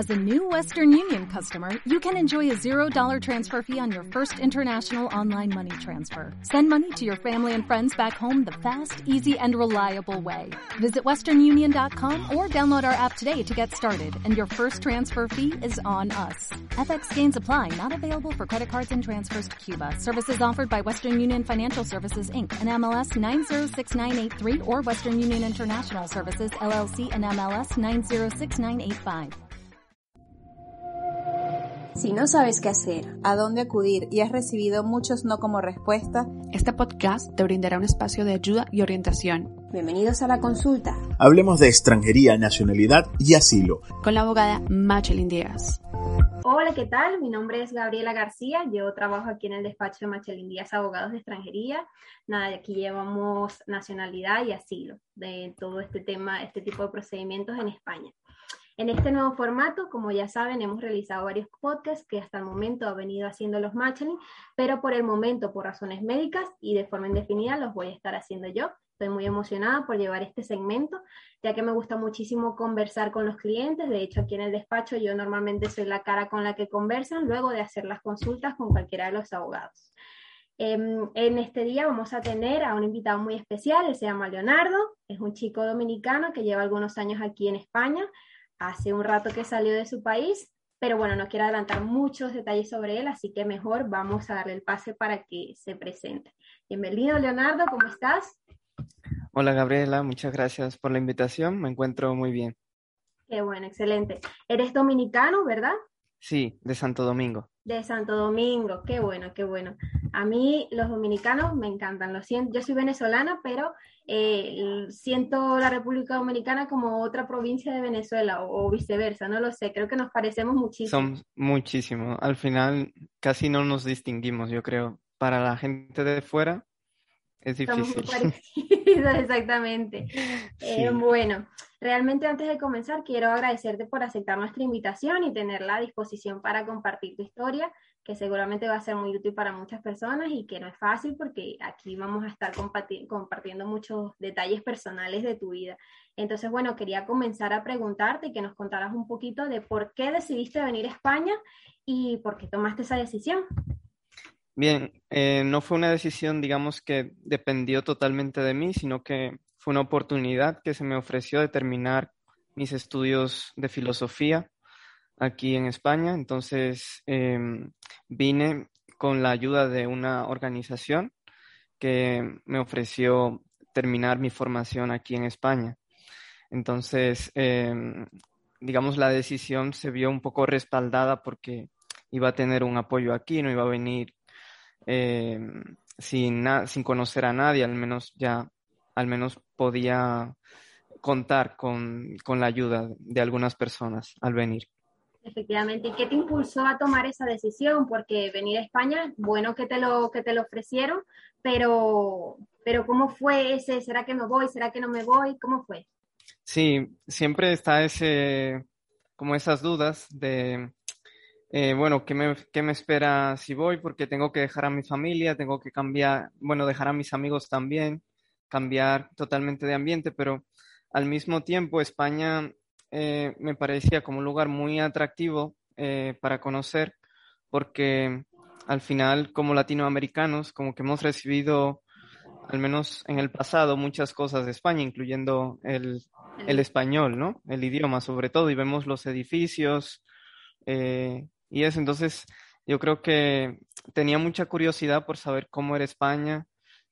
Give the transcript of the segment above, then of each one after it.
As a new Western Union customer, you can enjoy a $0 transfer fee on your first international online money transfer. Send money to your family and friends back home the fast, easy, and reliable way. Visit westernunion.com or download our app today to get started, and your first transfer fee is on us. FX gains apply, not available for credit cards and transfers to Cuba. Services offered by Western Union Financial Services, Inc., and MLS 906983, or Western Union International Services, LLC, and MLS 906985. Si no sabes qué hacer, a dónde acudir y has recibido muchos no como respuesta, este podcast te brindará un espacio de ayuda y orientación. Bienvenidos a La Consulta. Hablemos de extranjería, nacionalidad y asilo. Con la abogada Machelin Díaz. Hola, ¿qué tal? Mi nombre es Gabriela García, yo trabajo aquí en el despacho de Machelin Díaz, abogados de extranjería. Nada, aquí llevamos nacionalidad y asilo, de todo este tema, este tipo de procedimientos en España. En este nuevo formato, como ya saben, hemos realizado varios podcasts que hasta el momento ha venido haciendo los Machelin, pero por el momento, por razones médicas y de forma indefinida, los voy a estar haciendo yo. Estoy muy emocionada por llevar este segmento, ya que me gusta muchísimo conversar con los clientes. De hecho, aquí en el despacho yo normalmente soy la cara con la que conversan luego de hacer las consultas con cualquiera de los abogados. En este día vamos a tener a un invitado muy especial, él se llama Leonardo, es un chico dominicano que lleva algunos años aquí en España. Hace un rato que salió de su país, pero bueno, no quiero adelantar muchos detalles sobre él, así que mejor vamos a darle el pase para que se presente. Bienvenido, Leonardo, ¿cómo estás? Hola, Gabriela, muchas gracias por la invitación, me encuentro muy bien. Qué bueno, excelente. Eres dominicano, ¿verdad? Sí, de Santo Domingo. De Santo Domingo, qué bueno, qué bueno. A mí los dominicanos me encantan, lo siento, yo soy venezolana, pero siento la República Dominicana como otra provincia de Venezuela o viceversa, no lo sé, creo que nos parecemos muchísimo. Son muchísimo, al final casi no nos distinguimos, yo creo. Para la gente de fuera es difícil. Somos muy parecidos, exactamente. Sí. Bueno, realmente antes de comenzar quiero agradecerte por aceptar nuestra invitación y tenerla a disposición para compartir tu historia, que seguramente va a ser muy útil para muchas personas y que no es fácil porque aquí vamos a estar compartiendo muchos detalles personales de tu vida. Entonces, bueno, quería comenzar a preguntarte y que nos contaras un poquito de por qué decidiste venir a España y por qué tomaste esa decisión. Bien, no fue una decisión, digamos, que dependió totalmente de mí, sino que fue una oportunidad que se me ofreció de terminar mis estudios de filosofía aquí en España. Entonces vine con la ayuda de una organización que me ofreció terminar mi formación aquí en España. Entonces, digamos, la decisión se vio un poco respaldada porque iba a tener un apoyo aquí, no iba a venir sin conocer a nadie, al menos podía contar con la ayuda de algunas personas al venir. Efectivamente. ¿Y qué te impulsó a tomar esa decisión? Porque venir a España, bueno que te lo ofrecieron, pero ¿cómo fue ese? ¿Será que me voy? ¿Será que no me voy? ¿Cómo fue? Sí, siempre está como esas dudas de, bueno, ¿qué me espera si voy? Porque tengo que dejar a mi familia, tengo que cambiar, bueno, dejar a mis amigos también, cambiar totalmente de ambiente, pero al mismo tiempo España me parecía como un lugar muy atractivo para conocer, porque al final, como latinoamericanos, como que hemos recibido, al menos en el pasado, muchas cosas de España, incluyendo el español, ¿no? El idioma sobre todo, y vemos los edificios y eso. Entonces, yo creo que tenía mucha curiosidad por saber cómo era España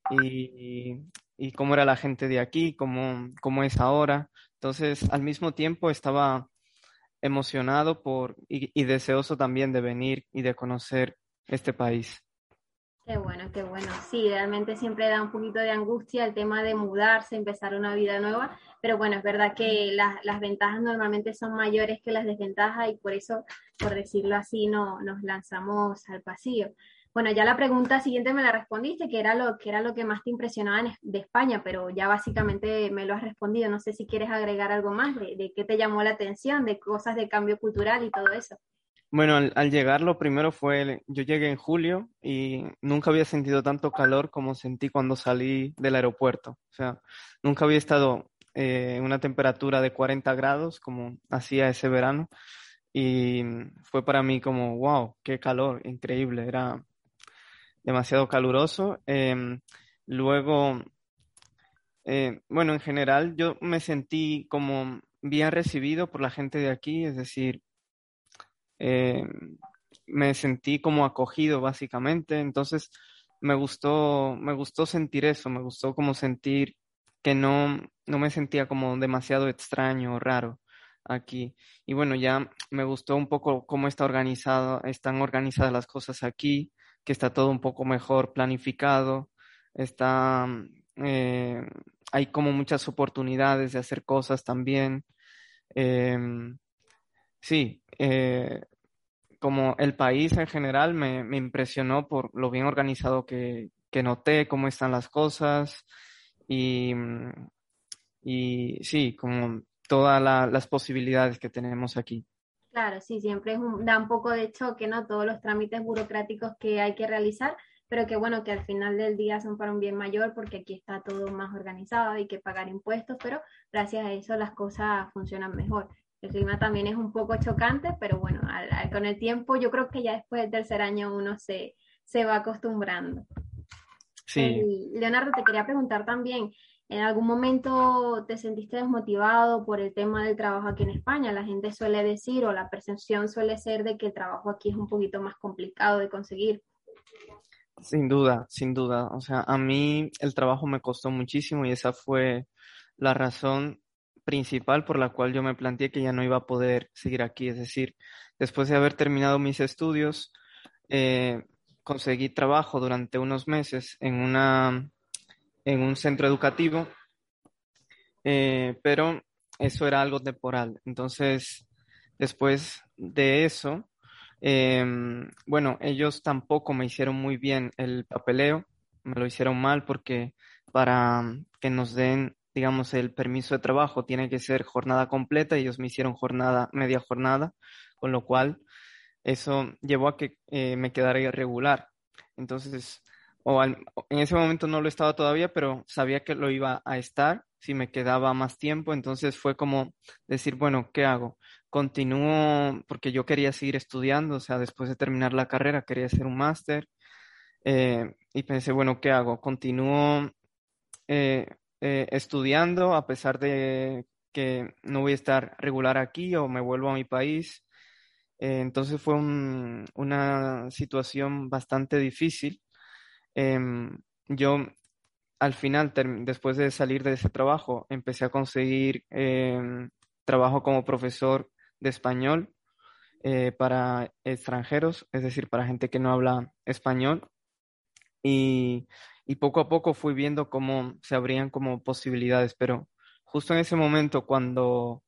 y cómo era la gente de aquí, cómo es ahora. Entonces, al mismo tiempo estaba emocionado y deseoso también de venir y de conocer este país. Qué bueno, qué bueno. Sí, realmente siempre da un poquito de angustia el tema de mudarse, empezar una vida nueva, pero bueno, es verdad que las ventajas normalmente son mayores que las desventajas y por eso, por decirlo así, no, nos lanzamos al pasillo. Bueno, ya la pregunta siguiente me la respondiste, que era lo que más te impresionaba de España, pero ya básicamente me lo has respondido. No sé si quieres agregar algo más de qué te llamó la atención, de cosas de cambio cultural y todo eso. Bueno, al llegar lo primero fue, yo llegué en julio y nunca había sentido tanto calor como sentí cuando salí del aeropuerto. O sea, nunca había estado en una temperatura de 40 grados como hacía ese verano. y fue para mí como, wow, qué calor, increíble, era demasiado caluroso. Luego, bueno, en general yo me sentí como bien recibido por la gente de aquí, es decir, eh, me sentí como acogido básicamente, entonces me gustó sentir eso, me gustó como sentir que no me sentía como demasiado extraño o raro aquí. Y bueno, ya me gustó un poco cómo están organizadas las cosas aquí, que está todo un poco mejor planificado, está, eh, hay como muchas oportunidades de hacer cosas también. Em, sí, como el país en general me impresionó por lo bien organizado que noté, cómo están las cosas y, y sí, como todas las posibilidades que tenemos aquí. Claro, sí, siempre da un poco de choque, ¿no? Todos los trámites burocráticos que hay que realizar, pero que bueno, que al final del día son para un bien mayor porque aquí está todo más organizado, hay que pagar impuestos, pero gracias a eso las cosas funcionan mejor. El clima también es un poco chocante, pero bueno, con el tiempo yo creo que ya después del tercer año uno se va acostumbrando. Sí, Leonardo, te quería preguntar también, ¿en algún momento te sentiste desmotivado por el tema del trabajo aquí en España? La gente suele decir, o la percepción suele ser de que el trabajo aquí es un poquito más complicado de conseguir. sin duda, sin duda. O sea, a mí el trabajo me costó muchísimo y esa fue la razón principal por la cual yo me planteé que ya no iba a poder seguir aquí. Es decir, después de haber terminado mis estudios, eh, conseguí trabajo durante unos meses en un centro educativo, pero eso era algo temporal. Entonces, después de eso, bueno, ellos tampoco me hicieron muy bien el papeleo, me lo hicieron mal porque para que nos den, digamos, el permiso de trabajo tiene que ser jornada completa y ellos me hicieron media jornada, con lo cual eso llevó a que me quedara irregular. Entonces, en ese momento no lo estaba todavía, pero sabía que lo iba a estar si me quedaba más tiempo. Entonces fue como decir, bueno, ¿qué hago? Continúo porque yo quería seguir estudiando, o sea, después de terminar la carrera quería hacer un máster y pensé, bueno, ¿qué hago? Continúo eh, estudiando a pesar de que no voy a estar regular aquí o me vuelvo a mi país. Entonces fue una situación bastante difícil. Yo al final, después de salir de ese trabajo, empecé a conseguir trabajo como profesor de español para extranjeros, es decir, para gente que no habla español. Y, y poco a poco fui viendo cómo se abrían como posibilidades, pero justo en ese momento cuando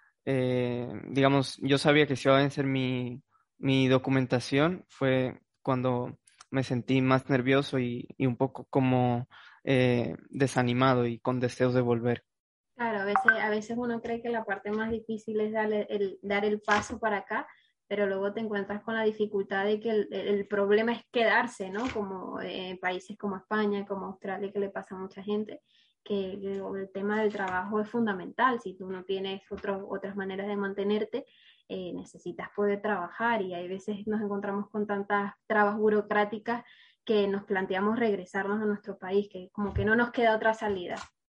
digamos, yo sabía que se iba a vencer mi documentación, fue cuando me sentí más nervioso y un poco como desanimado y con deseos de volver. Claro, a veces uno cree que la parte más difícil es dar el paso para acá, pero luego te encuentras con la dificultad de que el problema es quedarse, ¿no? Como países como España, como Australia, que le pasa a mucha gente, que el tema del trabajo es fundamental. Si tú no tienes otras maneras de mantenerte, necesitas poder trabajar y hay veces nos encontramos con tantas trabas burocráticas que nos planteamos regresarnos a nuestro país, que como que no nos queda otra salida.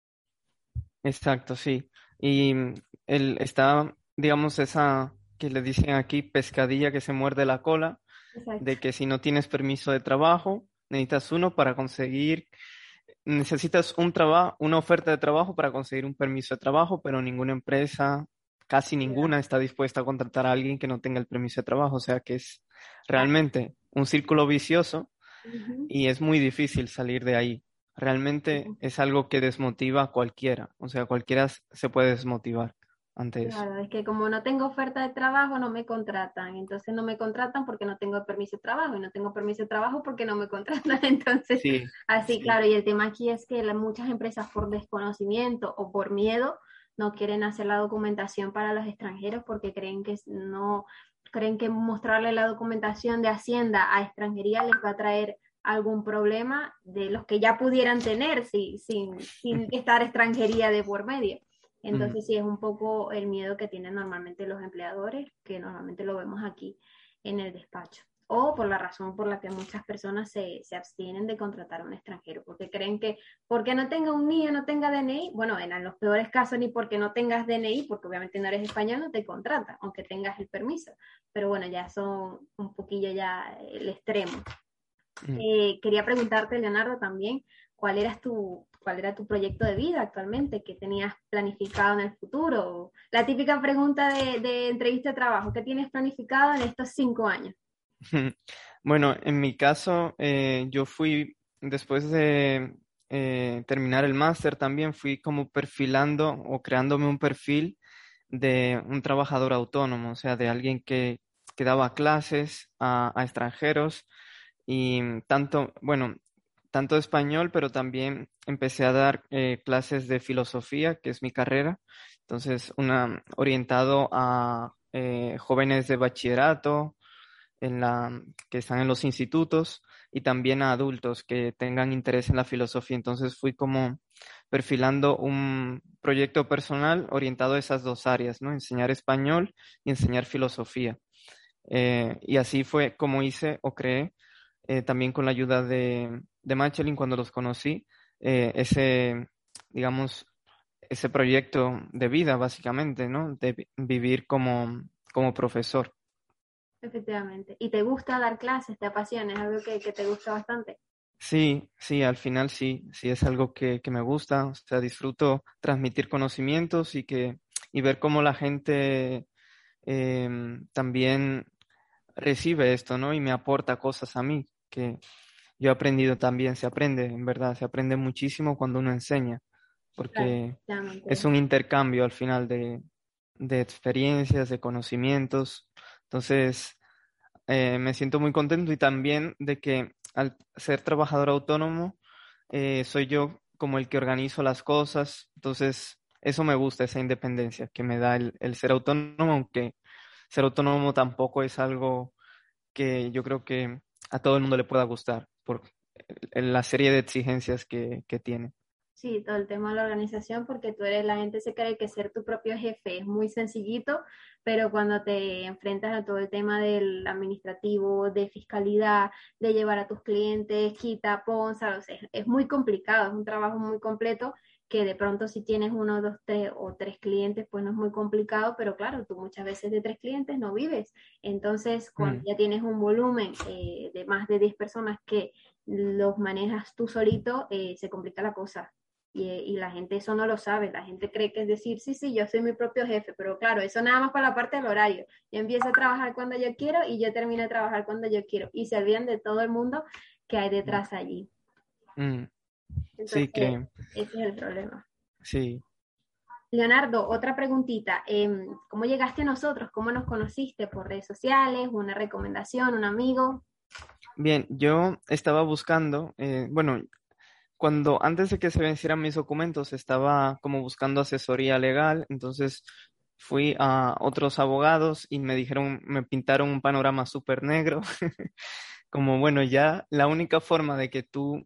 Exacto, sí. Y está, digamos, esa que le dicen aquí pescadilla que se muerde la cola, Exacto. de que si no tienes permiso de trabajo, necesitas uno para conseguir. Necesitas una oferta de trabajo para conseguir un permiso de trabajo, pero ninguna empresa, casi ninguna, está dispuesta a contratar a alguien que no tenga el permiso de trabajo. O sea que es realmente un círculo vicioso Ujú. y es muy difícil salir de ahí. Realmente es algo que desmotiva a cualquiera. O sea, cualquiera se puede desmotivar ante eso. Claro, es que como no tengo oferta de trabajo, no me contratan. Entonces no me contratan porque no tengo permiso de trabajo y no tengo permiso de trabajo porque no me contratan. Entonces, Sí, así, sí. claro, y el tema aquí es que muchas empresas por desconocimiento o por miedo no quieren hacer la documentación para los extranjeros porque creen que mostrarle la documentación de Hacienda a extranjería les va a traer algún problema de los que ya pudieran tener sin estar extranjería de por medio. Entonces sí es un poco el miedo que tienen normalmente los empleadores, que normalmente lo vemos aquí en el despacho. O por la razón por la que muchas personas se abstienen de contratar a un extranjero, porque creen que porque no tenga un NIE, no tenga DNI, bueno, en los peores casos ni porque no tengas DNI, porque obviamente no eres español, no te contrata, aunque tengas el permiso. Pero bueno, ya son un poquillo ya el extremo. Quería preguntarte, Leonardo, también, ¿cuál era tu proyecto de vida actualmente? ¿Qué tenías planificado en el futuro? La típica pregunta de entrevista de trabajo, ¿qué tienes planificado en estos 5 años? Bueno, en mi caso, yo fui, después de terminar el máster también, fui como perfilando o creándome un perfil de un trabajador autónomo, o sea, de alguien que daba clases a extranjeros y bueno, tanto de español, pero también empecé a dar clases de filosofía, que es mi carrera, entonces orientado a jóvenes de bachillerato que están en los institutos y también a adultos que tengan interés en la filosofía. Entonces fui como perfilando un proyecto personal orientado a esas dos áreas, ¿no? Enseñar español y enseñar filosofía. Y así fue como hice o creé, también con la ayuda de Machelin cuando los conocí, digamos, ese proyecto de vida, básicamente, ¿no? De vivir como profesor. Efectivamente. ¿Y te gusta dar clases? ¿Te apasiona? ¿Es algo que te gusta bastante? Sí, sí, al final sí es algo que me gusta, o sea, disfruto transmitir conocimientos y ver cómo la gente también recibe esto, ¿no? Y me aporta cosas a mí, que yo he aprendido también, se aprende, en verdad, se aprende muchísimo cuando uno enseña, Claro, porque es efectivamente. un intercambio al final de experiencias, de conocimientos, entonces me siento muy contento y también de que al ser trabajador autónomo, soy yo como el que organizo las cosas, entonces eso me gusta, esa independencia que me da el ser autónomo, aunque ser autónomo tampoco es algo que yo creo que a todo el mundo le pueda gustar por la serie de exigencias que tiene. Sí, todo el tema de la organización, porque la gente se cree que ser tu propio jefe es muy sencillito, pero cuando te enfrentas a todo el tema del administrativo, de fiscalidad, de llevar a tus clientes, quita, pon, ¿sabes? Es muy complicado, es un trabajo muy completo que de pronto si tienes uno, dos, tres o tres clientes, pues no es muy complicado, pero claro, tú muchas veces de tres clientes no vives. Entonces, cuando Mm, ya tienes un volumen de más de 10 personas que los manejas tú solito, se complica la cosa. Y la gente eso no lo sabe, la gente cree que es decir, sí, sí, yo soy mi propio jefe, pero claro, eso nada más para la parte del horario. Yo empiezo a trabajar cuando yo quiero y yo termino de trabajar cuando yo quiero. Y se olvidan de todo el mundo que hay detrás allí. mm, sí Entonces, que, ese es el problema. sí. Leonardo, otra preguntita. ¿Cómo llegaste a nosotros? ¿Cómo nos conociste? ¿Por redes sociales? ¿Una recomendación? ¿Un amigo? Bien, yo estaba buscando, bueno, antes de que se vencieran mis documentos, estaba como buscando asesoría legal, entonces fui a otros abogados y me dijeron, me pintaron un panorama súper negro, como bueno, ya la única forma de que tú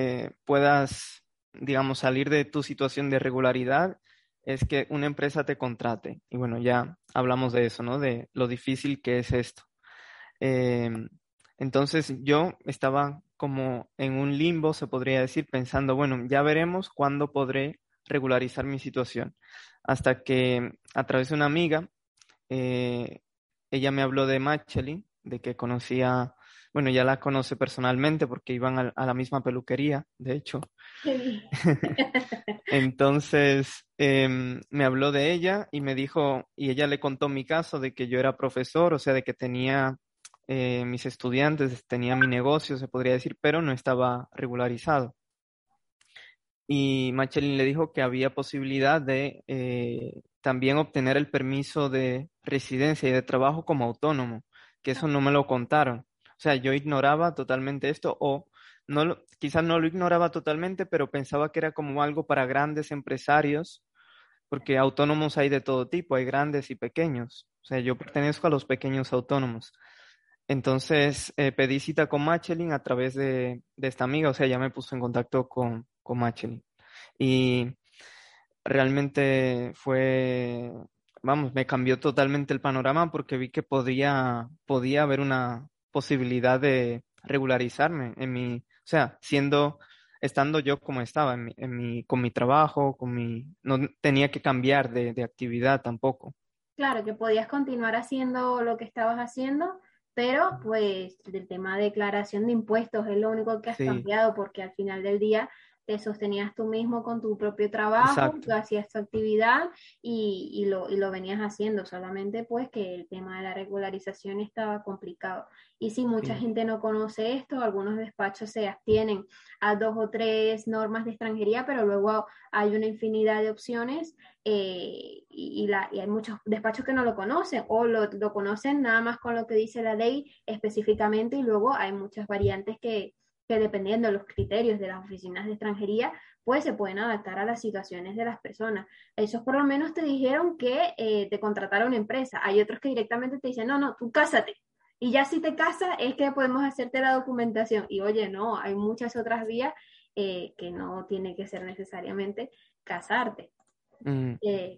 puedas, digamos, salir de tu situación de irregularidad es que una empresa te contrate. Y bueno, ya hablamos de eso, ¿no? De lo difícil que es esto. Em, entonces yo estaba como en un limbo, se podría decir, pensando, bueno, ya veremos cuándo podré regularizar mi situación. Hasta que a través de una amiga, eh, ella me habló de Machelin, de que conocía, bueno, ya la conoce personalmente porque iban a la misma peluquería, de hecho. Qué bien. Entonces me habló de ella y me dijo, y ella le contó mi caso de que yo era profesor, o sea, de que tenía mis estudiantes, tenía mi negocio, se podría decir, pero no estaba regularizado. Y Machelin le dijo que había posibilidad de también obtener el permiso de residencia y de trabajo como autónomo, que eso no me lo contaron. O sea, yo ignoraba totalmente esto o quizás no lo ignoraba totalmente, pero pensaba que era como algo para grandes empresarios, porque autónomos hay de todo tipo, hay grandes y pequeños. O sea, yo pertenezco a los pequeños autónomos. Entonces pedí cita con Machelin a través de esta amiga, o sea, ya me puso en contacto con Machelin. Y realmente fue, vamos, me cambió totalmente el panorama porque vi que podía haber una posibilidad de regularizarme o sea, estando yo como estaba, con mi trabajo, no tenía que cambiar de actividad tampoco. Claro, que podías continuar haciendo lo que estabas haciendo, pero pues el tema de declaración de impuestos es lo único que has Sí, cambiado, porque al final del día te sostenías tú mismo con tu propio trabajo, exacto. tú hacías tu actividad y lo venías haciendo, solamente pues que el tema de la regularización estaba complicado. Y si mucha Sí, gente no conoce esto, algunos despachos se abstienen a 2 o 3 normas de extranjería, pero luego hay una infinidad de opciones, y hay muchos despachos que no lo conocen o lo conocen nada más con lo que dice la ley específicamente, y luego hay muchas variantes que dependiendo de los criterios de las oficinas de extranjería, pues se pueden adaptar a las situaciones de las personas. Esos por lo menos te dijeron que te contratara una empresa. Hay otros que directamente te dicen, no, no, tú cásate. Y ya si te casas es que podemos hacerte la documentación. Y oye, no, hay muchas otras vías, que no tiene que ser necesariamente casarte, mm,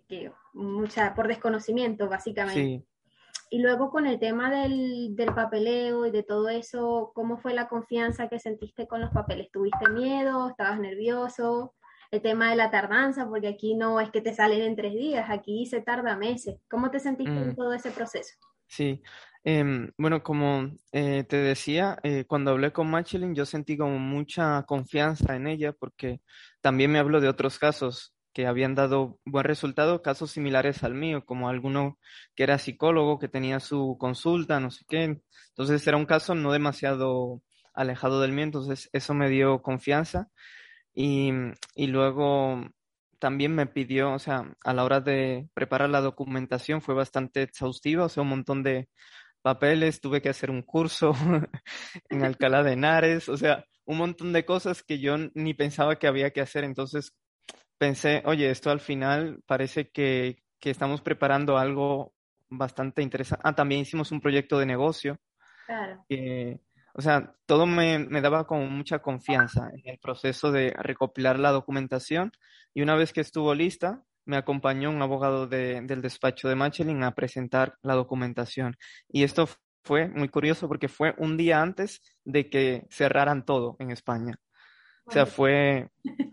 por desconocimiento, básicamente. sí. Y luego con el tema del papeleo y de todo eso, ¿cómo fue la confianza que sentiste con los papeles? ¿Tuviste miedo? ¿Estabas nervioso? El tema de la tardanza, porque aquí no es que te salen en 3 días, aquí se tarda meses. ¿Cómo te sentiste en Mm. todo ese proceso? Sí, bueno, como te decía, cuando hablé con Machelin, yo sentí como mucha confianza en ella porque también me habló de otros casos que habían dado buen resultado, casos similares al mío, como alguno que era psicólogo, que tenía su consulta, no sé qué. Entonces era un caso no demasiado alejado del mío, entonces eso me dio confianza. Y, y luego también me pidió, o sea, a la hora de preparar la documentación fue bastante exhaustiva, o sea, un montón de papeles, tuve que hacer un curso en Alcalá de Henares, o sea, un montón de cosas que yo ni pensaba que había que hacer. Entonces pensé, oye, esto al final parece que estamos preparando algo bastante interesante. Ah, también hicimos un proyecto de negocio Claro. que, o sea, todo me daba como mucha confianza en el proceso de recopilar la documentación y una vez que estuvo lista, me acompañó un abogado del despacho de Machelin a presentar la documentación. Y esto fue muy curioso porque fue un día antes de que cerraran todo en España. O sea, Bueno, fue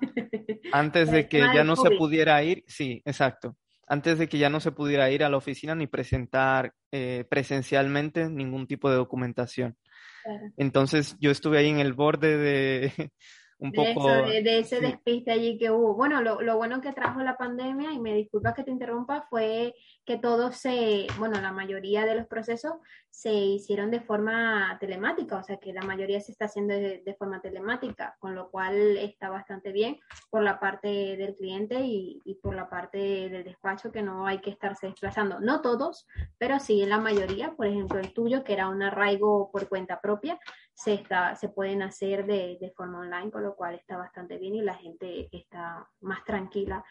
antes por el de que tema ya del no se COVID. pudiera ir, sí, exacto. Antes de que ya no se pudiera ir a la oficina ni presentar presencialmente ningún tipo de documentación. Claro. Entonces yo estuve ahí en el borde de un De eso, poco, de ese sí, despiste allí que hubo. Bueno, lo bueno que trajo la pandemia, y me disculpas que te interrumpa, fue que bueno, la mayoría de los procesos se hicieron de forma telemática, o sea que la mayoría se está haciendo de forma telemática, con lo cual está bastante bien por la parte del cliente y por la parte del despacho, que no hay que estarse desplazando. No todos, pero sí la mayoría, por ejemplo el tuyo, que era un arraigo por cuenta propia, se pueden hacer de forma online, con lo cual está bastante bien y la gente está más tranquila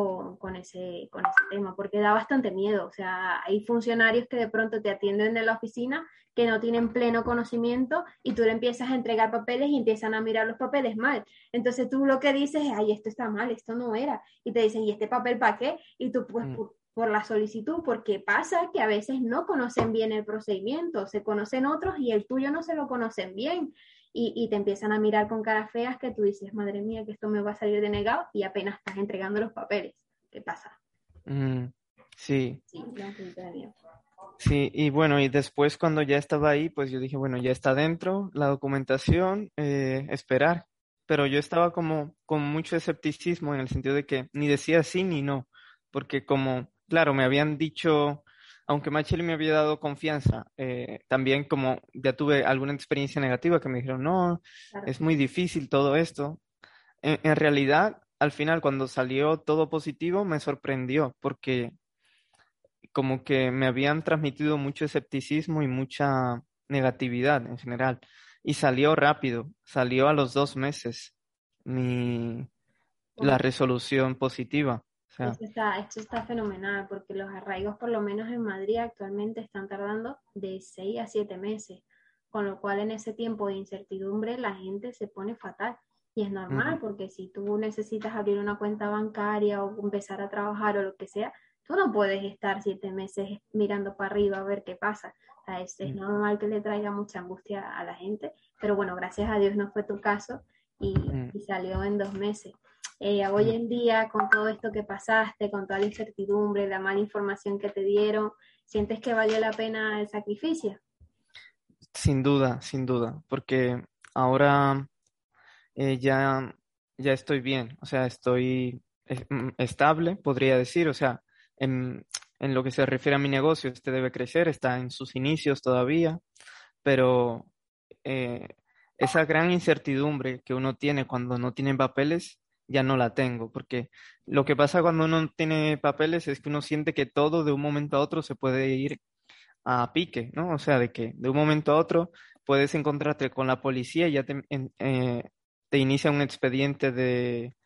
con ese tema, porque da bastante miedo. O sea, hay funcionarios que de pronto te atienden en la oficina que no tienen pleno conocimiento y tú le empiezas a entregar papeles y empiezan a mirar los papeles mal. Entonces tú lo que dices es, ay, esto está mal, esto no era. Y te dicen, ¿y este papel para qué? Y tú, pues, mm, por la solicitud, porque pasa que a veces no conocen bien el procedimiento, se conocen otros y el tuyo no se lo conocen bien. Y te empiezan a mirar con caras feas que tú dices, madre mía, que esto me va a salir denegado, y apenas estás entregando los papeles. ¿Qué pasa? mm, sí, Sí, da un poquito de miedo. sí, y bueno, y después cuando ya estaba ahí, pues yo dije, bueno, ya está dentro la documentación, esperar. Pero yo estaba como con mucho escepticismo en el sentido de que ni decía sí ni no, porque como, claro, me habían dicho, aunque Machel me había dado confianza, también como ya tuve alguna experiencia negativa que me dijeron, no, Claro. es muy difícil todo esto. En realidad, al final, cuando salió todo positivo, me sorprendió porque como que me habían transmitido mucho escepticismo y mucha negatividad en general. Y salió rápido, salió a los 2 meses la Bueno, resolución positiva. O sea, esto está fenomenal, porque los arraigos, por lo menos en Madrid, actualmente están tardando de 6 a 7 meses, con lo cual en ese tiempo de incertidumbre la gente se pone fatal. Y es normal, porque si tú necesitas abrir una cuenta bancaria o empezar a trabajar o lo que sea, tú no puedes estar 7 meses mirando para arriba a ver qué pasa. O sea, es normal que le traiga mucha angustia a la gente, pero bueno, gracias a Dios no fue tu caso y salió en 2 meses. Hoy en día, con todo esto que pasaste, con toda la incertidumbre, la mala información que te dieron, ¿sientes que valió la pena el sacrificio? Sin duda, porque ahora ya estoy bien, o sea, estoy estable, podría decir, o sea, en lo que se refiere a mi negocio, este debe crecer, está en sus inicios todavía, pero eh, esa gran incertidumbre que uno tiene cuando no tiene papeles, ya no la tengo, porque lo que pasa cuando uno no tiene papeles es que uno siente que todo de un momento a otro se puede ir a pique, ¿no? O sea, de que de un momento a otro puedes encontrarte con la policía y ya te inicia un expediente de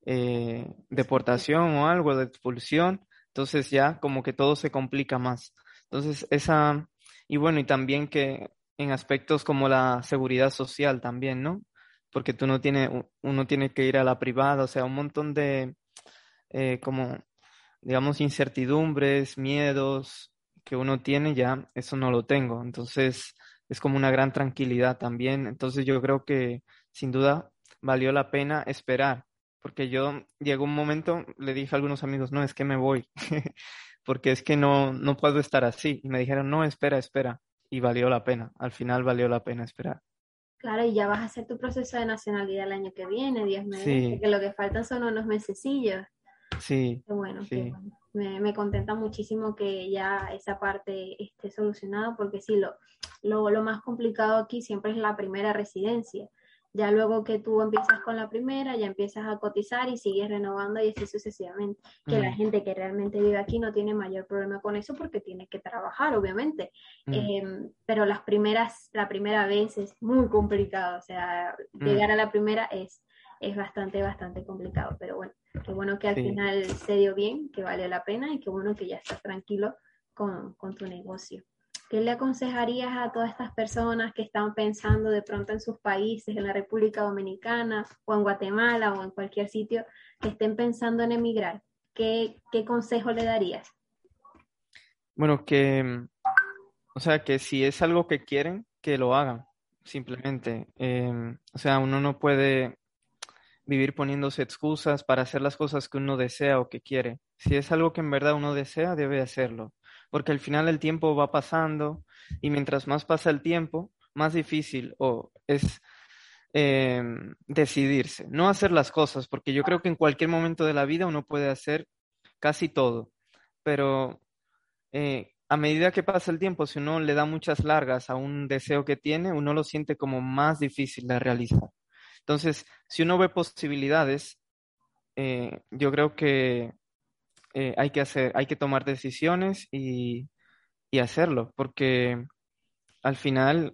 deportación o algo, de expulsión, entonces ya como que todo se complica más. Entonces, y bueno, y también que en aspectos como la seguridad social también, ¿no? Porque tú no tienes, uno tiene que ir a la privada, o sea, un montón de como digamos, incertidumbres, miedos que uno tiene, ya eso no lo tengo. Entonces, es como una gran tranquilidad también. Entonces, yo creo que sin duda valió la pena esperar, porque yo llegó un momento, le dije a algunos amigos, no, es que me voy, porque es que no puedo estar así. Y me dijeron, no, espera, espera. Y valió la pena. Al final valió la pena esperar. Claro, y ya vas a hacer tu proceso de nacionalidad el año que viene, Dios mediante, Sí, que lo que faltan son unos mesecillos. sí, Qué bueno, qué sí. bueno. Me contenta muchísimo que ya esa parte esté solucionada, porque sí, lo más complicado aquí siempre es la primera residencia. Ya luego que tú empiezas con la primera, ya empiezas a cotizar y sigues renovando y así sucesivamente. Que la Mm, gente que realmente vive aquí no tiene mayor problema con eso porque tiene que trabajar, obviamente. mm, Pero la primera vez es muy complicado. O sea, mm, llegar a la primera es bastante, bastante complicado. Pero bueno, qué bueno que al sí. final se dio bien, que valió la pena y qué bueno que ya estás tranquilo con tu negocio. ¿Qué le aconsejarías a todas estas personas que están pensando de pronto en sus países, en la República Dominicana o en Guatemala o en cualquier sitio que estén pensando en emigrar? ¿Qué consejo le darías? Bueno, o sea, que si es algo que quieren, que lo hagan, simplemente. O sea, uno no puede vivir poniéndose excusas para hacer las cosas que uno desea o que quiere. Si es algo que en verdad uno desea, debe hacerlo, porque al final el tiempo va pasando y mientras más pasa el tiempo, más difícil o es decidirse, no hacer las cosas, porque yo creo que en cualquier momento de la vida uno puede hacer casi todo, pero a medida que pasa el tiempo, si uno le da muchas largas a un deseo que tiene, uno lo siente como más difícil de realizar. Entonces, si uno ve posibilidades, yo creo que hay que tomar decisiones y hacerlo, porque al final,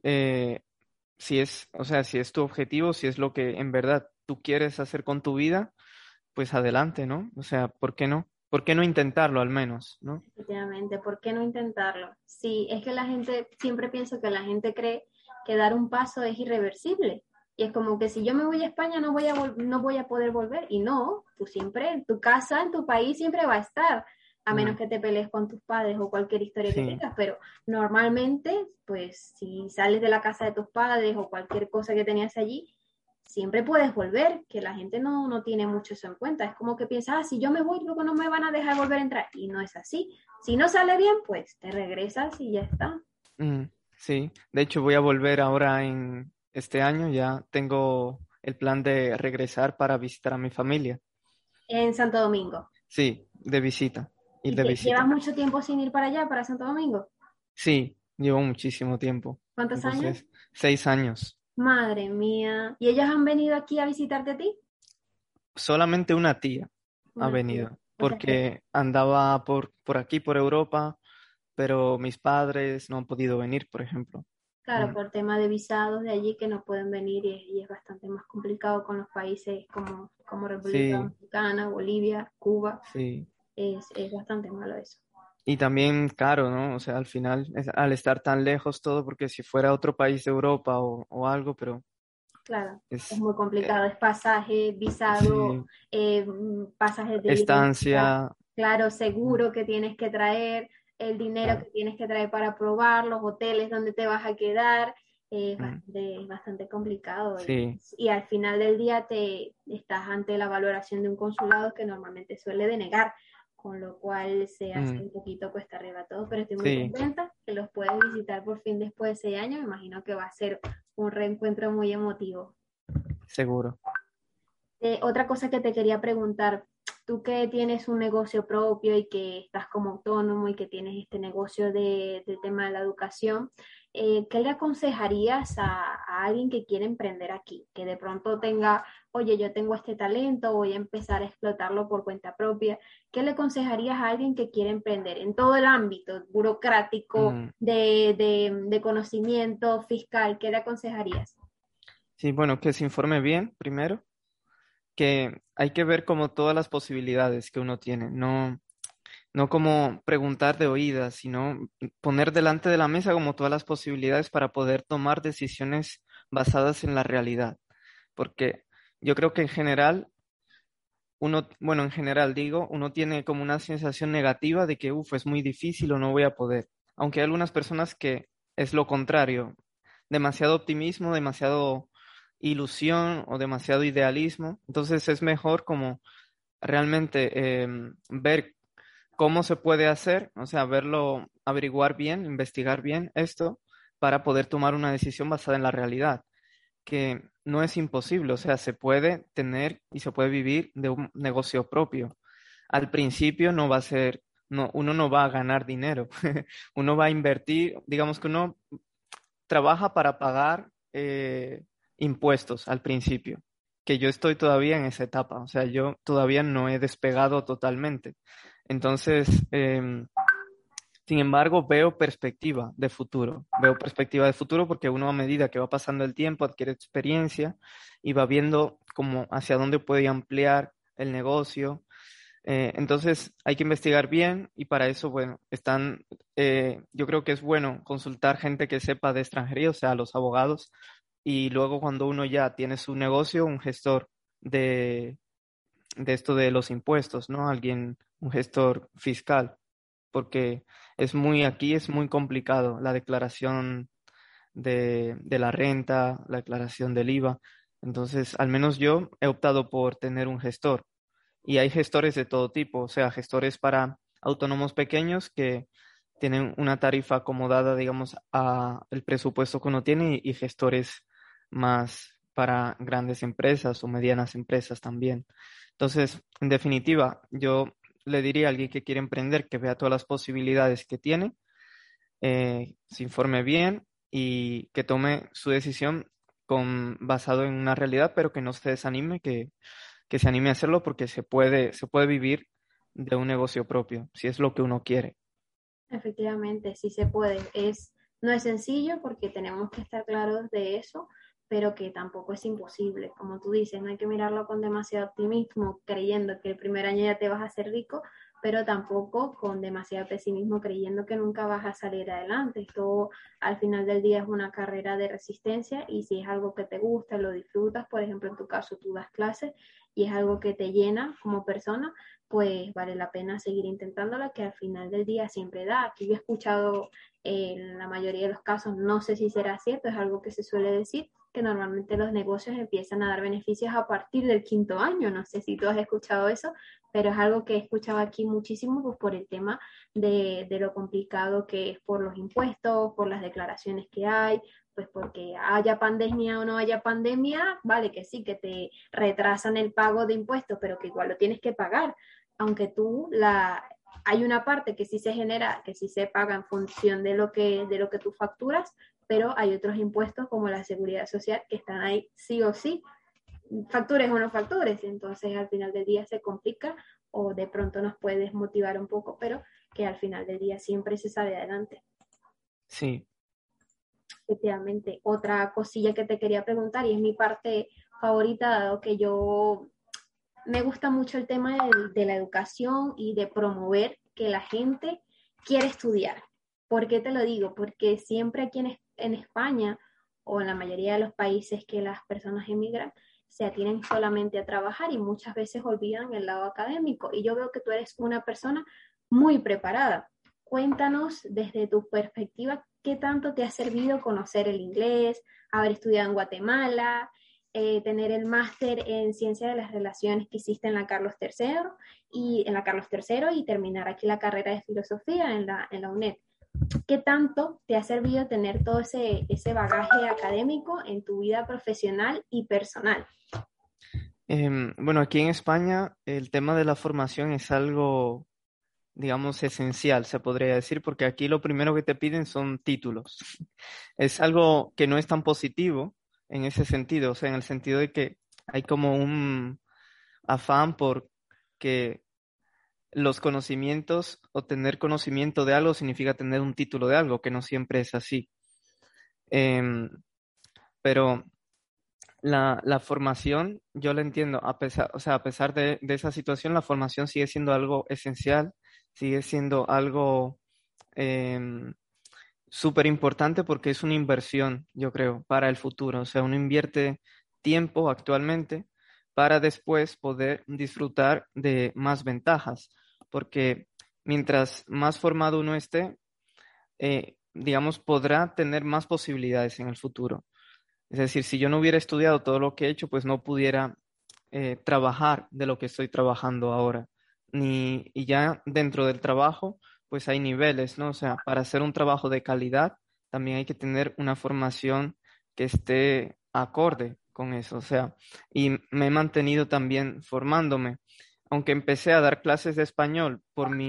o sea, si es tu objetivo, si es lo que en verdad tú quieres hacer con tu vida, pues adelante, ¿no? O sea, ¿por qué no? ¿Por qué no intentarlo al menos, ¿no? Efectivamente, ¿por qué no intentarlo? Sí, es que la gente, siempre pienso que la gente cree que dar un paso es irreversible. Y es como que si yo me voy a España no voy a poder volver. Y no, tú siempre, tu casa en tu país siempre va a estar, a menos Mm, que te pelees con tus padres o cualquier historia que sí, tengas. Pero normalmente, pues si sales de la casa de tus padres o cualquier cosa que tenías allí, siempre puedes volver, que la gente no tiene mucho eso en cuenta. Es como que piensas, si yo me voy, luego no me van a dejar volver a entrar. Y no es así. Si no sale bien, pues te regresas y ya está. mm, sí. De hecho, voy a volver ahora en este año, ya tengo el plan de regresar para visitar a mi familia. En Santo Domingo. Sí, de visita, ir ¿Y de llevas visita. mucho tiempo sin ir para allá, para Santo Domingo? Sí, llevo muchísimo tiempo. ¿Cuántos años? Entonces, 6 años. Madre mía. ¿Y ellos han venido aquí a visitarte a ti? Solamente una tía ha Una tía. venido, O sea que, porque andaba por aquí, por Europa, pero mis padres no han podido venir, por ejemplo. claro, Mm, por tema de visados de allí que no pueden venir y es bastante más complicado con los países como República sí, Dominicana, Bolivia, Cuba. sí. Es bastante malo eso. Y también caro, ¿no? O sea, al final, al estar tan lejos todo, porque si fuera otro país de Europa o algo, pero Claro, es Es, muy eh, complicado, es pasaje, visado, sí, pasajes de ida, estancia. claro, seguro que tienes que traer, el dinero Claro, que tienes que traer para probar, los hoteles donde te vas a quedar, mm, es bastante complicado sí, y al final del día te estás ante la valoración de un consulado que normalmente suele denegar, con lo cual se hace mm, un poquito cuesta arriba todo, pero estoy muy sí, contenta que los puedes visitar por fin después de 6 años, me imagino que va a ser un reencuentro muy emotivo. seguro. Otra cosa que te quería preguntar, tú que tienes un negocio propio y que estás como autónomo y que tienes este negocio del tema de la educación, ¿qué le aconsejarías a alguien que quiere emprender aquí? Que de pronto tenga, oye, yo tengo este talento, voy a empezar a explotarlo por cuenta propia. ¿Qué le aconsejarías a alguien que quiere emprender en todo el ámbito burocrático, Mm, de conocimiento fiscal? ¿Qué le aconsejarías? sí, bueno, que se informe bien primero, que hay que ver como todas las posibilidades que uno tiene, no como preguntar de oídas, sino poner delante de la mesa como todas las posibilidades para poder tomar decisiones basadas en la realidad. Porque yo creo que en general, bueno, en general digo, uno tiene como una sensación negativa de que, es muy difícil o no voy a poder. Aunque hay algunas personas que es lo contrario, demasiado optimismo, demasiado ilusión o demasiado idealismo. Entonces es mejor como realmente ver cómo se puede hacer, o sea, verlo, averiguar bien, investigar bien esto para poder tomar una decisión basada en la realidad, que no es imposible, o sea, se puede tener y se puede vivir de un negocio propio. Al principio no va a ser, no, uno no va a ganar dinero, uno va a invertir, digamos que uno trabaja para pagar impuestos al principio, que yo estoy todavía en esa etapa, o sea, yo todavía no he despegado totalmente. Entonces, sin embargo, veo perspectiva de futuro porque uno a medida que va pasando el tiempo adquiere experiencia y va viendo como hacia dónde puede ampliar el negocio. Entonces hay que investigar bien y para eso, bueno, yo creo que es bueno consultar gente que sepa de extranjería, o sea, los abogados, y luego cuando uno ya tiene su negocio, un gestor de, de esto de los impuestos, ¿no? Un gestor fiscal, porque aquí es muy complicado la declaración de la renta, la declaración del IVA. Entonces, al menos yo he optado por tener un gestor y hay gestores de todo tipo, o sea, gestores para autónomos pequeños que tienen una tarifa acomodada, digamos, a el presupuesto que uno tiene y gestores más para grandes empresas o medianas empresas también. Entonces, en definitiva, yo le diría a alguien que quiere emprender que vea todas las posibilidades que tiene, se informe bien y que tome su decisión basado en una realidad, pero que no se desanime, que se anime a hacerlo porque se puede vivir de un negocio propio, si es lo que uno quiere. Efectivamente, sí se puede. No es sencillo porque tenemos que estar claros de eso, pero que tampoco es imposible. Como tú dices, no hay que mirarlo con demasiado optimismo, creyendo que el primer año ya te vas a hacer rico, pero tampoco con demasiado pesimismo, creyendo que nunca vas a salir adelante. Esto al final del día es una carrera de resistencia y si es algo que te gusta, lo disfrutas, por ejemplo, en tu caso tú das clases y es algo que te llena como persona, pues vale la pena seguir intentándola, que al final del día siempre da. Aquí yo he escuchado en la mayoría de los casos, no sé si será cierto, es algo que se suele decir, que normalmente los negocios empiezan a dar beneficios a partir del 5.º año. No sé si tú has escuchado eso, pero es algo que he escuchado aquí muchísimo pues, por el tema de lo complicado que es por los impuestos, por las declaraciones que hay, pues porque haya pandemia o no haya pandemia, vale que sí, que te retrasan el pago de impuestos, pero que igual lo tienes que pagar aunque hay una parte que sí se genera, que sí se paga en función de lo que tú facturas, pero hay otros impuestos como la seguridad social que están ahí sí o sí, factures o no factures, entonces al final del día se complica o de pronto nos puede desmotivar un poco, pero que al final del día siempre se sale adelante. Sí, Efectivamente, otra cosilla que te quería preguntar y es mi parte favorita, dado que yo me gusta mucho el tema de la educación y de promover que la gente quiera estudiar. ¿Por qué te lo digo? Porque siempre aquí en España o en la mayoría de los países que las personas emigran, se atienen solamente a trabajar y muchas veces olvidan el lado académico. Y yo veo que tú eres una persona muy preparada. Cuéntanos desde tu perspectiva qué tanto te ha servido conocer el inglés, haber estudiado en Guatemala, tener el máster en Ciencia de las Relaciones que hiciste en la Carlos III y terminar aquí la carrera de Filosofía en la UNED. ¿Qué tanto te ha servido tener todo ese bagaje académico en tu vida profesional y personal? Bueno, aquí en España el tema de la formación es algo, digamos, esencial, se podría decir, porque aquí lo primero que te piden son títulos. Es algo que no es tan positivo en ese sentido, o sea, en el sentido de que hay como un afán por que los conocimientos o tener conocimiento de algo significa tener un título de algo, que no siempre es así. Em, pero la formación, yo la entiendo, o sea, a pesar de esa situación, la formación sigue siendo algo esencial, sigue siendo algo em, súper importante porque es una inversión, yo creo, para el futuro. O sea, uno invierte tiempo actualmente para después poder disfrutar de más ventajas, porque mientras más formado uno esté, digamos, podrá tener más posibilidades en el futuro. Es decir, si yo no hubiera estudiado todo lo que he hecho, pues no pudiera trabajar de lo que estoy trabajando ahora. Y ya dentro del trabajo, pues hay niveles, ¿no? O sea, para hacer un trabajo de calidad, también hay que tener una formación que esté acorde con eso. O sea, y me he mantenido también formándome. Aunque empecé a dar clases de español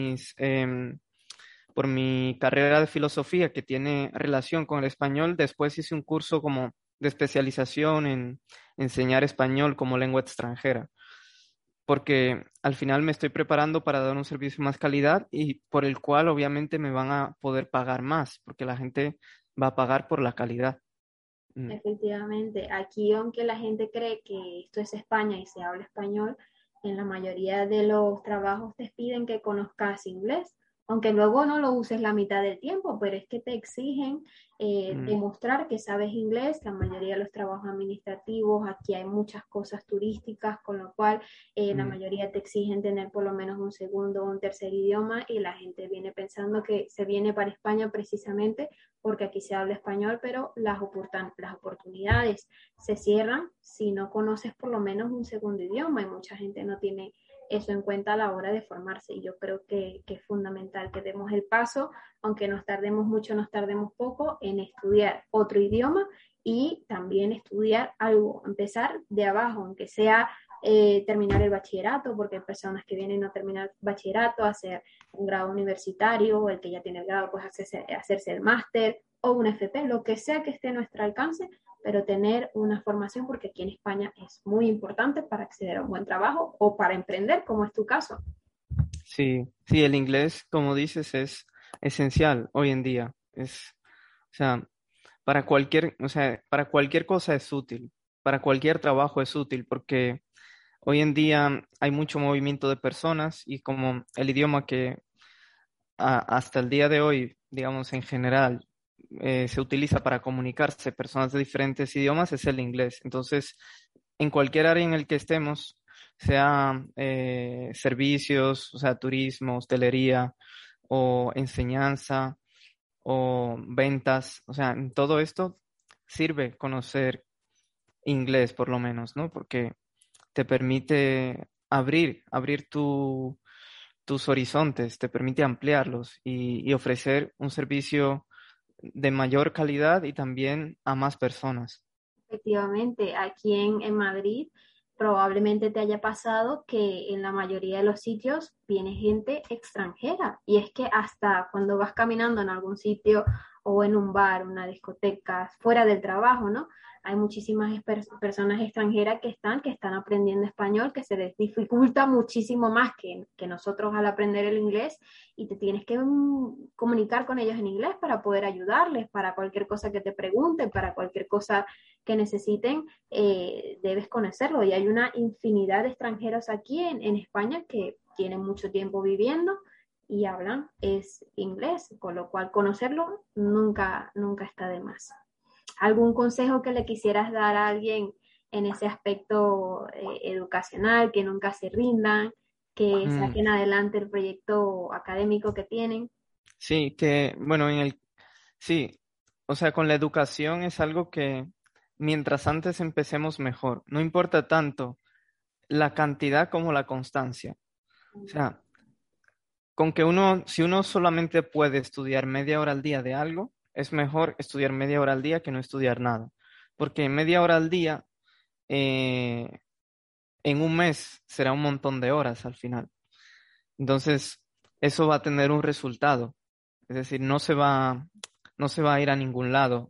por mi carrera de filosofía que tiene relación con el español, después hice un curso como de especialización en enseñar español como lengua extranjera, porque al final me estoy preparando para dar un servicio de más calidad y por el cual obviamente me van a poder pagar más, porque la gente va a pagar por la calidad. Efectivamente, aquí aunque la gente cree que esto es España y se habla español, en la mayoría de los trabajos te piden que conozcas inglés, aunque luego no lo uses la mitad del tiempo, pero es que te exigen demostrar que sabes inglés. La mayoría de los trabajos administrativos, aquí hay muchas cosas turísticas, con lo cual la mayoría te exigen tener por lo menos un segundo o un tercer idioma y la gente viene pensando que se viene para España precisamente porque aquí se habla español, pero las oportunidades se cierran si no conoces por lo menos un segundo idioma y mucha gente no tiene eso en cuenta a la hora de formarse. Y yo creo que es fundamental que demos el paso, aunque nos tardemos mucho, nos tardemos poco, en estudiar otro idioma y también estudiar algo, empezar de abajo, aunque sea terminar el bachillerato, porque hay personas que vienen a terminar bachillerato, a hacer un grado universitario, o el que ya tiene el grado, pues hacerse el máster o un FP, lo que sea que esté a nuestro alcance, pero tener una formación, porque aquí en España es muy importante para acceder a un buen trabajo o para emprender, como es tu caso. Sí, sí, el inglés, como dices, es esencial hoy en día. O sea, o sea, para cualquier cosa es útil, para cualquier trabajo es útil, porque hoy en día hay mucho movimiento de personas y como el idioma que hasta el día de hoy, digamos, en general, se utiliza para comunicarse personas de diferentes idiomas es el inglés. Entonces, en cualquier área en el que estemos, sea servicios, o sea, turismo, hostelería o enseñanza o ventas, o sea, en todo esto sirve conocer inglés por lo menos, ¿no? Porque te permite abrir tus horizontes, te permite ampliarlos y ofrecer un servicio de mayor calidad y también a más personas. Efectivamente, aquí en Madrid probablemente te haya pasado que en la mayoría de los sitios viene gente extranjera y es que hasta cuando vas caminando en algún sitio o en un bar, una discoteca, fuera del trabajo, ¿no? Hay muchísimas personas extranjeras que están aprendiendo español, que se les dificulta muchísimo más que nosotros al aprender el inglés y te tienes que comunicar con ellos en inglés para poder ayudarles, para cualquier cosa que te pregunten, para cualquier cosa que necesiten, debes conocerlo. Y hay una infinidad de extranjeros aquí en España que tienen mucho tiempo viviendo y hablan es inglés, con lo cual conocerlo nunca está de más. ¿Algún consejo que le quisieras dar a alguien en ese aspecto educacional, que nunca se rindan, que Mm, saquen adelante el proyecto académico que tienen? sí, bueno, sí, o sea, con la educación es algo que mientras antes empecemos mejor. No importa tanto la cantidad como la constancia. O sea, si uno solamente puede estudiar media hora al día de algo, es mejor estudiar media hora al día que no estudiar nada. Porque media hora al día, eh, en un mes será un montón de horas al final. Entonces, eso va a tener un resultado. Es decir, no se va a ir a ningún lado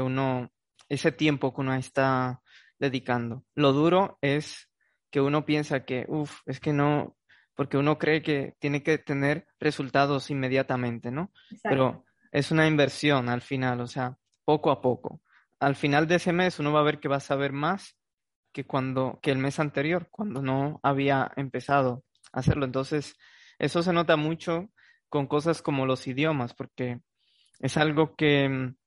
ese tiempo que uno está dedicando. Lo duro es que uno piensa que, es que no, porque uno cree que tiene que tener resultados inmediatamente, ¿no? Exacto. Pero es una inversión al final, o sea, poco a poco. Al final de ese mes uno va a ver que va a saber más que el mes anterior, cuando no había empezado a hacerlo. Entonces, eso se nota mucho con cosas como los idiomas, porque es algo que,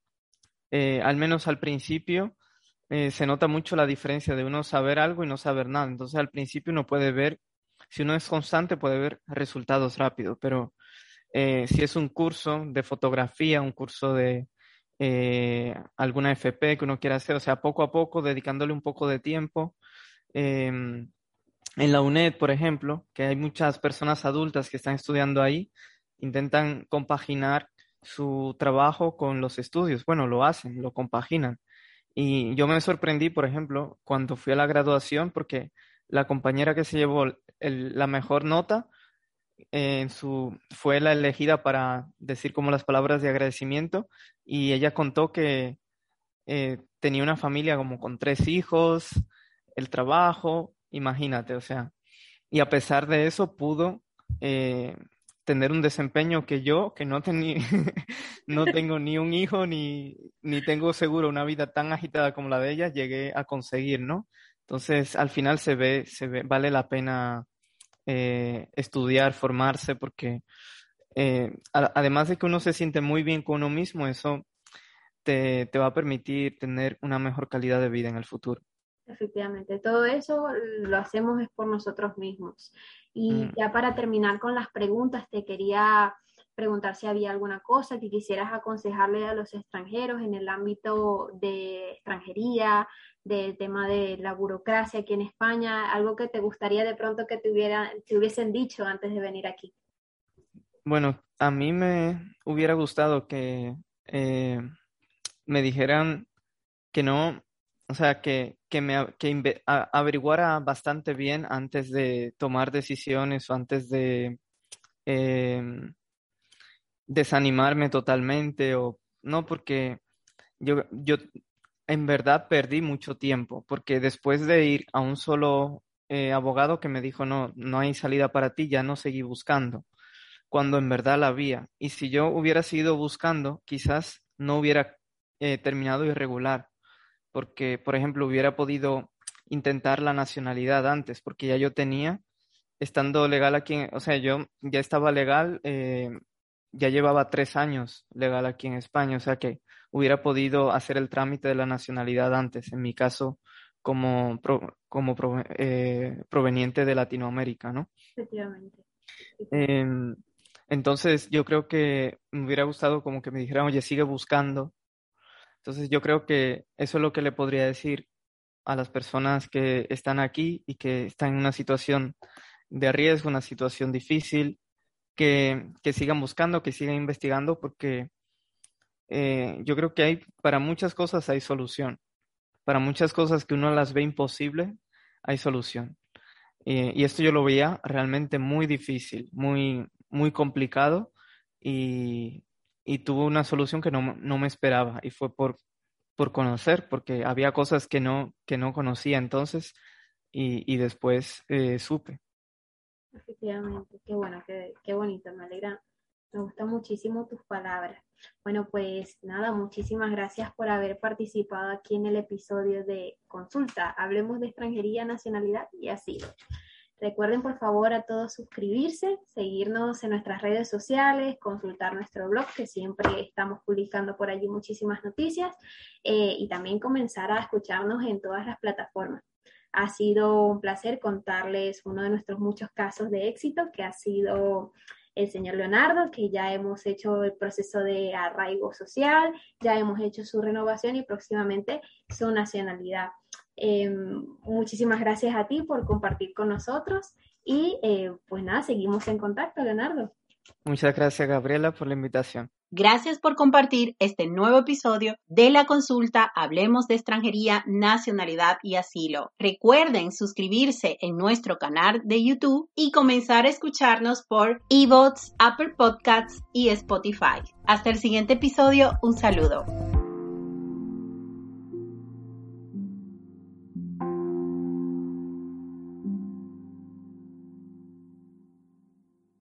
al menos al principio, se nota mucho la diferencia de uno saber algo y no saber nada. Entonces, al principio uno puede ver, si uno es constante, puede ver resultados rápidos, pero si es un curso de fotografía, un curso de alguna FP que uno quiera hacer, o sea, poco a poco, dedicándole un poco de tiempo. em, en la UNED, por ejemplo, que hay muchas personas adultas que están estudiando ahí, intentan compaginar su trabajo con los estudios. Bueno, lo hacen, lo compaginan. Y yo me sorprendí, por ejemplo, cuando fui a la graduación, porque la compañera que se llevó la mejor nota fue la elegida para decir como las palabras de agradecimiento, y ella contó que tenía una familia como con 3 hijos, el trabajo, imagínate, o sea, y a pesar de eso pudo eh, tener un desempeño que yo, que no tenía, no tengo ni un hijo, ni tengo seguro una vida tan agitada como la de ella, llegué a conseguir, ¿no? Entonces, al final vale la pena estudiar, formarse, porque además de que uno se siente muy bien con uno mismo, eso te va a permitir tener una mejor calidad de vida en el futuro. Efectivamente, todo eso lo hacemos es por nosotros mismos. Y Mm. ya para terminar con las preguntas, te quería preguntar si había alguna cosa que quisieras aconsejarle a los extranjeros en el ámbito de extranjería, del tema de la burocracia aquí en España, algo que te gustaría de pronto que te hubiesen dicho antes de venir aquí. Bueno, a mí me hubiera gustado que eh, me dijeran que no, o sea, averiguara bastante bien antes de tomar decisiones o antes de em, desanimarme totalmente o no, porque yo en verdad perdí mucho tiempo, porque después de ir a un solo abogado que me dijo, no, no hay salida para ti, ya no seguí buscando, cuando en verdad la había. Y si yo hubiera seguido buscando, quizás no hubiera terminado irregular, porque, por ejemplo, hubiera podido intentar la nacionalidad antes, porque ya yo tenía, estando legal aquí, o sea, yo ya estaba legal, ya llevaba 3 años legal aquí en España, o sea que hubiera podido hacer el trámite de la nacionalidad antes, en mi caso, proveniente de Latinoamérica, ¿no? Efectivamente. Em, entonces, yo creo que me hubiera gustado como que me dijeran, oye, sigue buscando. Entonces, yo creo que eso es lo que le podría decir a las personas que están aquí y que están en una situación de riesgo, una situación difícil, que sigan buscando, que sigan investigando, porque yo creo que para muchas cosas hay solución. Para muchas cosas que uno las ve imposible, hay solución. Y esto yo lo veía realmente muy difícil, muy, muy complicado, y, y tuvo una solución que no me esperaba, y fue por conocer, porque había cosas que no conocía entonces, y después supe. Efectivamente, qué bueno, qué bonito, me alegra, me gustan muchísimo tus palabras. Bueno, pues nada, muchísimas gracias por haber participado aquí en el episodio de Consulta. Hablemos de extranjería, nacionalidad y asilo. Recuerden por favor a todos suscribirse, seguirnos en nuestras redes sociales, consultar nuestro blog, que siempre estamos publicando por allí muchísimas noticias, y también comenzar a escucharnos en todas las plataformas. Ha sido un placer contarles uno de nuestros muchos casos de éxito, que ha sido el señor Leonardo, que ya hemos hecho el proceso de arraigo social, ya hemos hecho su renovación y próximamente su nacionalidad. Muchísimas gracias a ti por compartir con nosotros y pues nada, seguimos en contacto, Leonardo. Muchas gracias, Gabriela, por la invitación. Gracias por compartir este nuevo episodio de la consulta Hablemos de Extranjería, Nacionalidad y Asilo. Recuerden suscribirse en nuestro canal de YouTube y comenzar a escucharnos por iVoox, Apple Podcasts y Spotify. Hasta el siguiente episodio, un saludo.